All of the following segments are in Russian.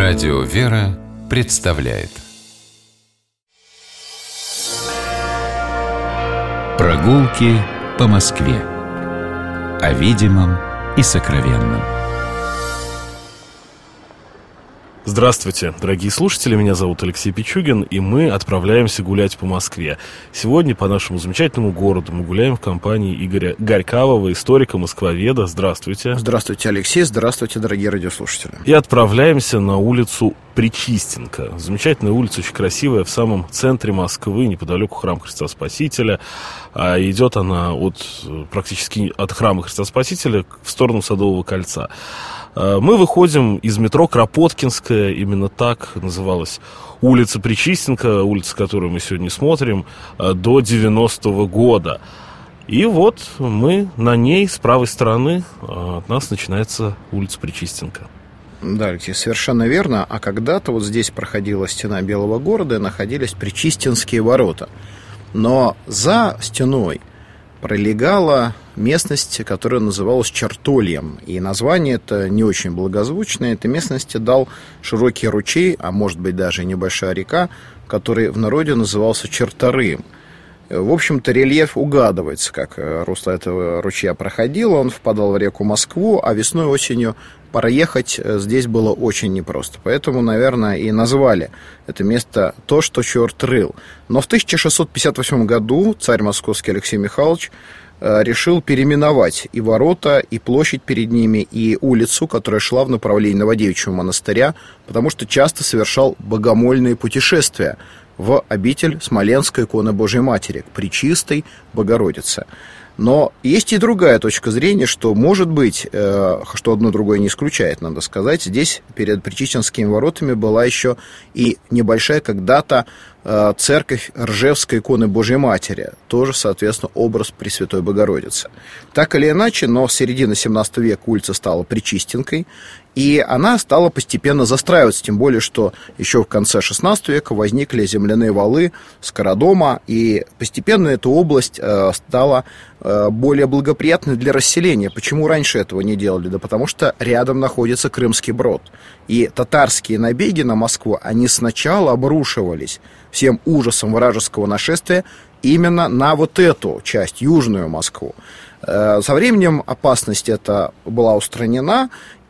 Радио «Вера» представляет Прогулки по Москве. О видимом и сокровенном. Здравствуйте, дорогие слушатели, меня зовут Алексей Пичугин, и мы отправляемся гулять по Москве. Сегодня по нашему замечательному городу мы гуляем в компании Игоря Горькавого, историка-москвоведа. Здравствуйте. Здравствуйте, Алексей, здравствуйте, дорогие радиослушатели. И отправляемся на улицу Пречистенка. Замечательная улица, очень красивая, в самом центре Москвы, неподалеку храм Христа Спасителя. А идет она практически от храма Христа Спасителя в сторону Садового кольца. Мы выходим из метро Кропоткинская, именно так называлась улица Пречистенка, улица, которую мы сегодня смотрим, до 90-го года. И вот мы на ней, с правой стороны от нас начинается улица Пречистенка. Да, Алексей, совершенно верно. А когда-то вот здесь проходила стена Белого города, и находились Пречистенские ворота. Но за стеной пролегала местность, которая называлась Чертольем. И название это не очень благозвучное. Этой местности дал широкий ручей, а может быть даже небольшая река, который в народе назывался Черторым. В общем-то, рельеф угадывается, как русло этого ручья проходило. Он впадал в реку Москву, а весной и осенью проехать здесь было очень непросто. Поэтому, наверное, и назвали это место то, что черт рыл. Но в 1658 году царь московский Алексей Михайлович решил переименовать и ворота, и площадь перед ними, и улицу, которая шла в направлении Новодевичьего монастыря, потому что часто совершал богомольные путешествия в обитель Смоленской иконы Божией Матери, к Пречистой Богородице. Но есть и другая точка зрения, что, может быть, что одно другое не исключает, надо сказать, здесь перед Пречистенскими воротами была еще и небольшая когда-то церковь Ржевской иконы Божией Матери, тоже, соответственно, образ Пресвятой Богородицы. Так или иначе, но с середины 17 века улица стала Пречистенкой, и она стала постепенно застраиваться, тем более, что еще в конце 16 века возникли земляные валы Скородома, и постепенно эта область стала более благоприятной для расселения. Почему раньше этого не делали? Да потому что рядом находится Крымский Брод. И татарские набеги на Москву, они сначала обрушивались всем ужасом вражеского нашествия именно на вот эту часть, южную Москву. Со временем опасность эта была устранена,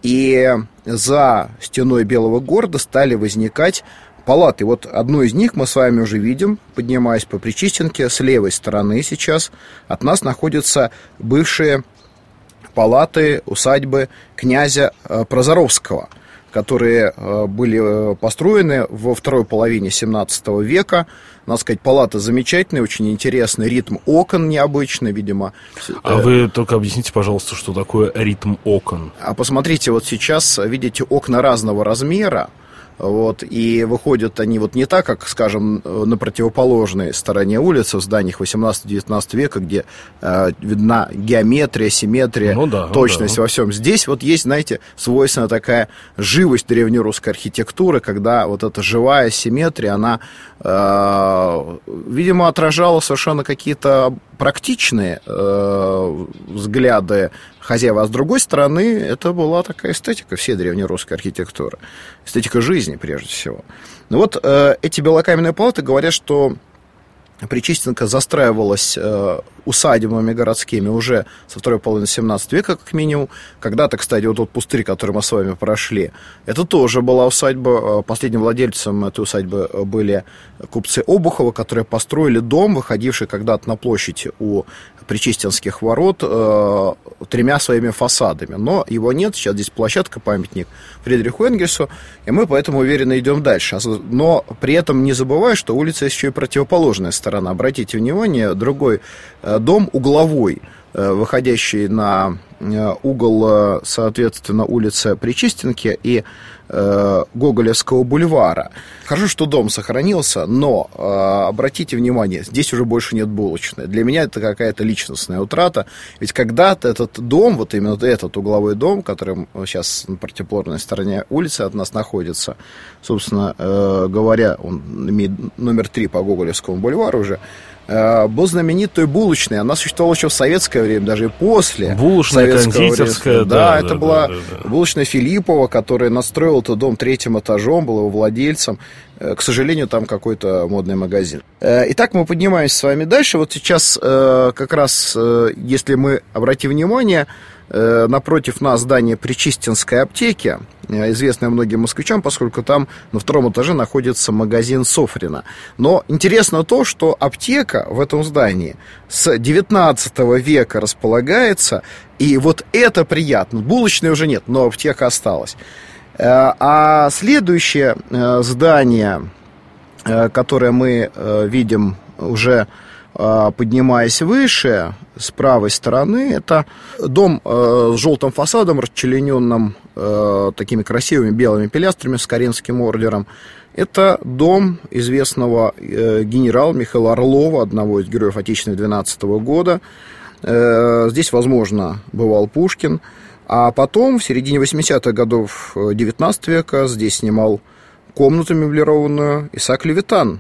и за стеной Белого города стали возникать палаты. Вот одну из них мы с вами уже видим, поднимаясь по Пречистенке. С левой стороны сейчас от нас находятся бывшие палаты усадьбы князя Прозоровского, которые были построены во второй половине 17 века. Надо сказать, палаты замечательные, очень интересный ритм окон необычный, видимо. А вы только объясните, пожалуйста, что такое ритм окон. А посмотрите, вот сейчас, видите, окна разного размера. Вот, и выходят они вот не так, как, скажем, на противоположной стороне улицы, в зданиях 18-19 века, где видна геометрия, симметрия, точность во всем. Здесь вот есть, знаете, свойственная такая живость древнерусской архитектуры, когда вот эта живая симметрия, она, видимо, отражала совершенно какие-то практичные взгляды хозяева, а с другой стороны, это была такая эстетика всей древнерусской архитектуры, эстетика жизни, прежде всего. Ну вот эти белокаменные палаты говорят, что Пречистенка застраивалась усадьбами городскими уже со второй половины 17 века, как минимум. Когда-то, кстати, вот тот пустырь, который мы с вами прошли, это тоже была усадьба. Последним владельцем этой усадьбы были купцы Обухова, которые построили дом, выходивший когда-то на площадь у Пречистенских ворот, тремя своими фасадами. Но его нет, сейчас здесь площадка, памятник Фридриху Энгельсу, и мы поэтому уверенно идем дальше. Но при этом не забывая, что улица есть еще и противоположная сторона. Обратите внимание, другой дом угловой, выходящий на угол, соответственно, улицы Пречистенки и Гоголевского бульвара. Хорошо, что дом сохранился, но обратите внимание, здесь уже больше нет булочной. Для меня это какая-то личностная утрата. Ведь когда-то этот дом, вот именно этот угловой дом, который сейчас на противоположной стороне улицы от нас находится, собственно говоря, он имеет номер 3 по Гоголевскому бульвару уже, был знаменит той булочной. Она существовала еще в советское советское время, даже и после булочная, советского кондитерская, времени. Да, это была булочная Филиппова, которая настроила этот дом 3-м этажом, был его владельцем. К сожалению, там какой-то модный магазин. Итак, мы поднимаемся с вами дальше. Вот сейчас как раз, если мы обратим внимание, напротив нас здание Причистинской аптеки, известное многим москвичам, поскольку там на 2-м этаже находится магазин Софрина. Но интересно то, что аптека в этом здании с 19 века располагается, и вот это приятно. Булочной уже нет, но аптека осталась. А следующее здание, которое мы видим уже поднимаясь выше, с правой стороны, это дом с желтым фасадом, расчлененным такими красивыми белыми пилястрами с Каренским ордером. Это дом известного генерала Михаила Орлова, одного из героев Отечественной 12 года. Здесь, возможно, бывал Пушкин. А потом, в середине 80-х годов XIX века, здесь снимал комнату меблированную Исаак Левитан.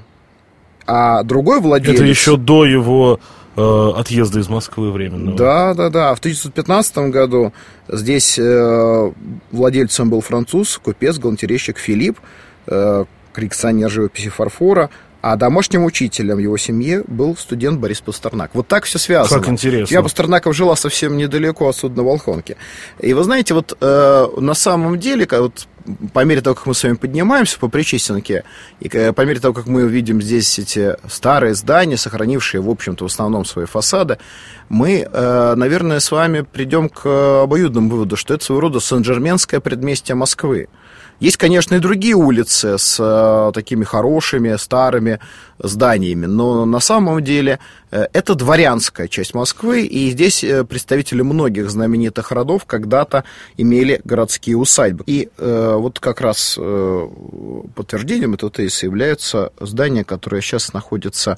А другой владелец... Это еще до его отъезда из Москвы временного. Да. В 1915 году здесь владельцем был француз, купец, галантерейщик Филипп, коллекционер живописи фарфора, а домашним учителем в его семье был студент Борис Пастернак. Вот так все связано. Как интересно. Я Пастернаков жила совсем недалеко от судна Волхонки. И вы знаете, вот на самом деле, вот, по мере того, как мы с вами поднимаемся по Причистенке, и по мере того, как мы видим здесь эти старые здания, сохранившие, в общем-то, в основном свои фасады, мы, наверное, с вами придем к обоюдному выводу, что это своего рода Сен-Жерменское предместье Москвы. Есть, конечно, и другие улицы с такими хорошими, старыми зданиями, но на самом деле это дворянская часть Москвы, и здесь представители многих знаменитых родов когда-то имели городские усадьбы. И вот как раз подтверждением этого тезиса является здание, которое сейчас находится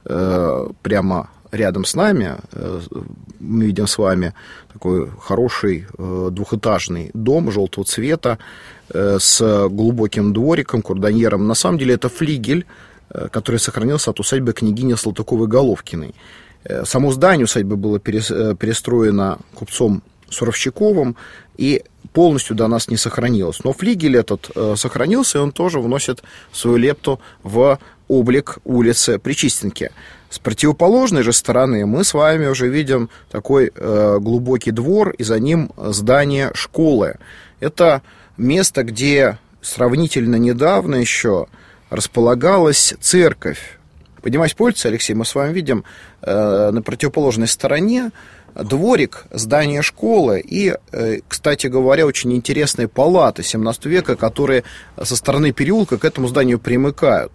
прямо рядом с нами. Мы видим с вами такой хороший двухэтажный дом желтого цвета с глубоким двориком, курдоньером. На самом деле это флигель, который сохранился от усадьбы княгини Салтыковой-Головкиной. Само здание усадьбы было перестроено купцом Суровщиковым и полностью до нас не сохранилось. Но флигель этот сохранился, и он тоже вносит свою лепту в облик улицы Причистенки. С противоположной же стороны мы с вами уже видим такой глубокий двор, и за ним здание школы. Это место, где сравнительно недавно еще располагалась церковь. Поднимаясь по улице, Алексей, мы с вами видим на противоположной стороне дворик здания школы и, кстати говоря, очень интересные палаты 17 века, которые со стороны переулка к этому зданию примыкают.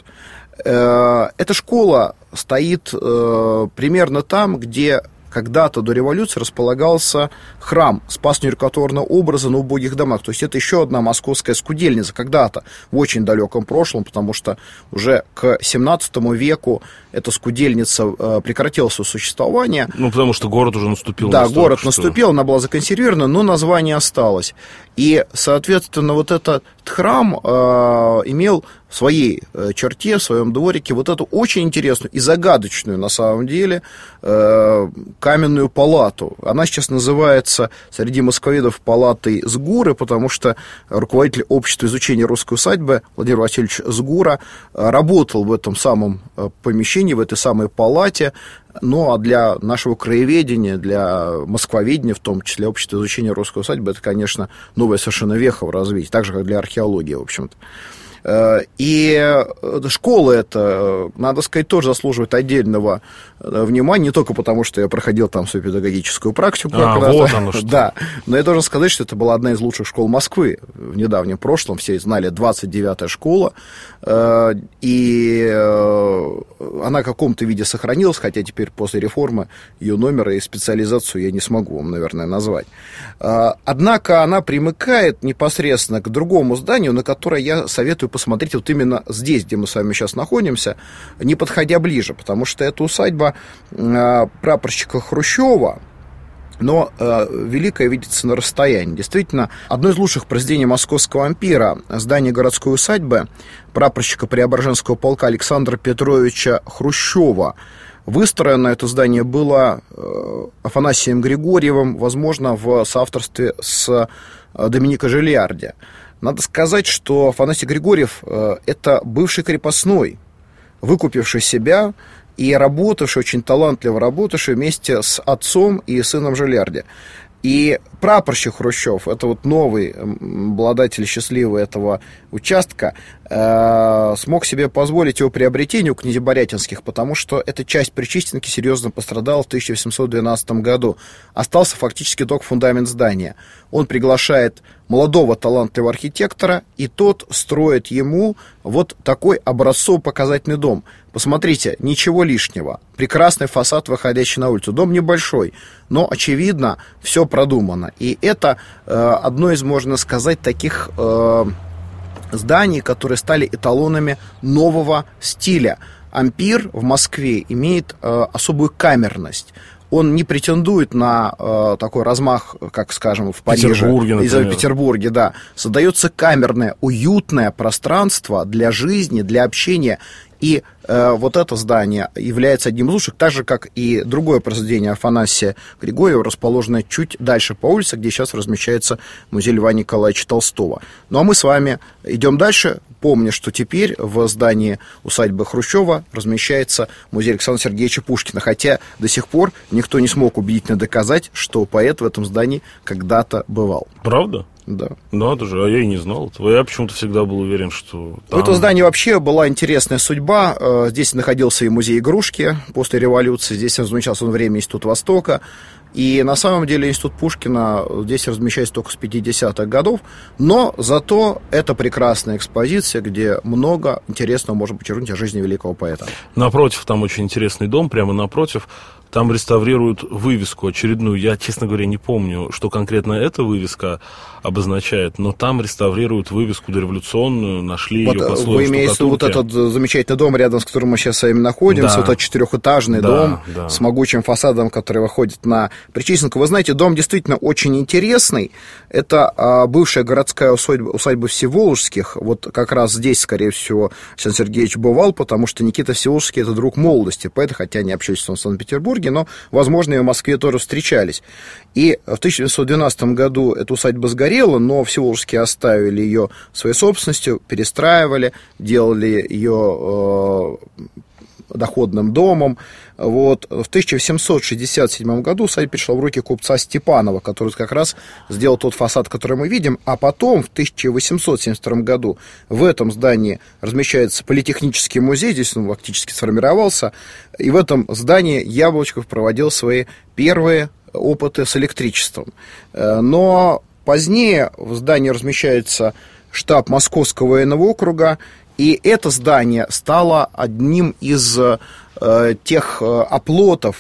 Эта школа стоит примерно там, где когда-то до революции располагался храм Спас-нерукотворного образа на убогих домах. То есть это еще одна московская скудельница когда-то в очень далеком прошлом, потому что уже к 17 веку эта скудельница прекратила свое существование. Ну, потому что город уже наступил. Да, город наступил, она была законсервирована, но название осталось. И, соответственно, вот этот храм имел в своей черте, в своем дворике вот эту очень интересную и загадочную, на самом деле, каменную палату. Она сейчас называется среди московитов палатой Сгуры, потому что руководитель общества изучения русской усадьбы Владимир Васильевич Сгура работал в этом самом помещении, в этой самой палате. Ну, а для нашего краеведения, для москвоведения, в том числе общества изучения русской усадьбы, это, конечно, новая совершенно веха в развитии, так же, как для археологии, в общем-то. И школа эта, надо сказать, тоже заслуживает отдельного внимания, не только потому, что я проходил там свою педагогическую практику. Вот оно что. Да, но я должен сказать, что это была одна из лучших школ Москвы в недавнем прошлом. Все знали 29-я школа, и она в каком-то виде сохранилась, хотя теперь после реформы ее номера и специализацию я не смогу вам, наверное, назвать. Однако она примыкает непосредственно к другому зданию, на которое я советую посмотреть вот именно здесь, где мы с вами сейчас находимся, не подходя ближе, потому что это усадьба прапорщика Хрущева, но великое видится на расстоянии. Действительно, одно из лучших произведений московского ампира, здание городской усадьбы прапорщика Преображенского полка Александра Петровича Хрущева. Выстроено это здание было Афанасием Григорьевым, возможно, в соавторстве с Доминико Жильярди. Надо сказать, что Афанасий Григорьев – это бывший крепостной, выкупивший себя и работавший, очень талантливо работавший вместе с отцом и сыном Жильярди. И прапорщик Хрущев, это вот новый обладатель счастливый этого участка, смог себе позволить его приобретение у князей Борятинских, потому что эта часть Причистенки серьезно пострадала в 1812 году. Остался фактически только фундамент здания. Он приглашает молодого талантливого архитектора, и тот строит ему вот такой образцово-показательный дом. Посмотрите, ничего лишнего. Прекрасный фасад, выходящий на улицу. Дом небольшой, но, очевидно, все продумано. И это одно из, можно сказать, таких зданий, которые стали эталонами нового стиля. Ампир в Москве имеет особую камерность. Он не претендует на такой размах, как, скажем, в Париже, в Петербурге, да. Создается камерное, уютное пространство для жизни, для общения. И вот это здание является одним из лучших, так же, как и другое произведение Афанасия Григорьева, расположенное чуть дальше по улице, где сейчас размещается музей Льва Николаевича Толстого. Ну, а мы с вами идем дальше, помня, что теперь в здании усадьбы Хрущева размещается музей Александра Сергеевича Пушкина, хотя до сих пор никто не смог убедительно доказать, что поэт в этом здании когда-то бывал. Правда? Да. Надо же, а я и не знал этого. Я почему-то всегда был уверен, что там... У этого здания вообще была интересная судьба. Здесь находился и музей игрушки после революции. Здесь размещался в время Институт Востока. И на самом деле Институт Пушкина здесь размещается только с 50-х годов. Но зато это прекрасная экспозиция, где много интересного можно почерпнуть о жизни великого поэта. Напротив, там очень интересный дом, прямо напротив. Там реставрируют вывеску очередную. Я, честно говоря, не помню, что конкретно эта вывеска обозначает, но там реставрируют вывеску дореволюционную, нашли вот, ее по слою вы имеете в виду вот этот замечательный дом, рядом с которым мы сейчас с вами находимся, да. Вот этот четырехэтажный дом с могучим фасадом, который выходит на Причистенку. Вы знаете, дом действительно очень интересный. Это бывшая городская усадьба Всеволожских. Вот как раз здесь, скорее всего, Александр Сергеевич бывал, потому что Никита Всеволожский — это друг молодости поэта, хотя они общались в Санкт-Петербурге, но, возможно, и в Москве тоже встречались. И в 1912 году эта усадьба сгорела, но Всеволожские оставили ее своей собственностью, перестраивали, делали ее доходным домом. Вот. В 1767 году усадьба перешла в руки купца Степанова, который как раз сделал тот фасад, который мы видим, а потом в 1872 году в этом здании размещается политехнический музей, здесь он фактически сформировался, и в этом здании Яблочков проводил свои первые опыты с электричеством. Но позднее в здании размещается штаб Московского военного округа, и это здание стало одним из тех оплотов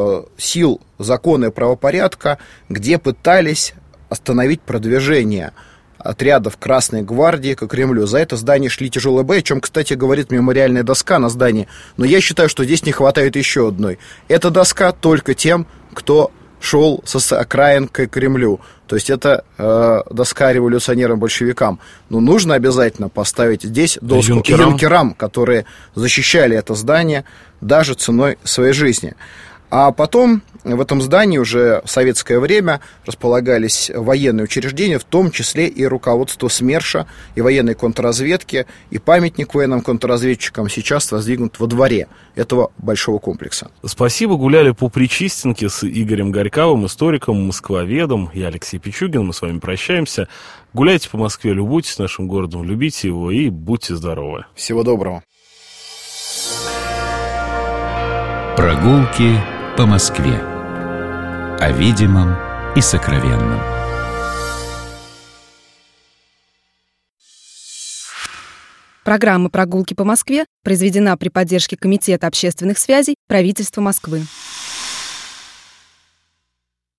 сил закона и правопорядка, где пытались остановить продвижение отрядов Красной гвардии к Кремлю. За это здание шли тяжелые бои, о чем, кстати, говорит мемориальная доска на здании. Но я считаю, что здесь не хватает еще одной. Эта доска только тем, кто шел с окраин к Кремлю. То есть это доска революционерам-большевикам. Но нужно обязательно поставить здесь доску юнкерам, которые защищали это здание даже ценой своей жизни. А потом в этом здании уже в советское время располагались военные учреждения, в том числе и руководство СМЕРШа, и военной контрразведки, и памятник военным контрразведчикам сейчас воздвигнут во дворе этого большого комплекса. Спасибо. Гуляли по Причистенке с Игорем Горьковым, историком, москвоведом. Я Алексей Пичугин. Мы с вами прощаемся. Гуляйте по Москве, любуйтесь нашим городом, любите его и будьте здоровы. Всего доброго. Прогулки по Москве. О видимом и сокровенном. Программа «Прогулки по Москве» произведена при поддержке Комитета общественных связей правительства Москвы.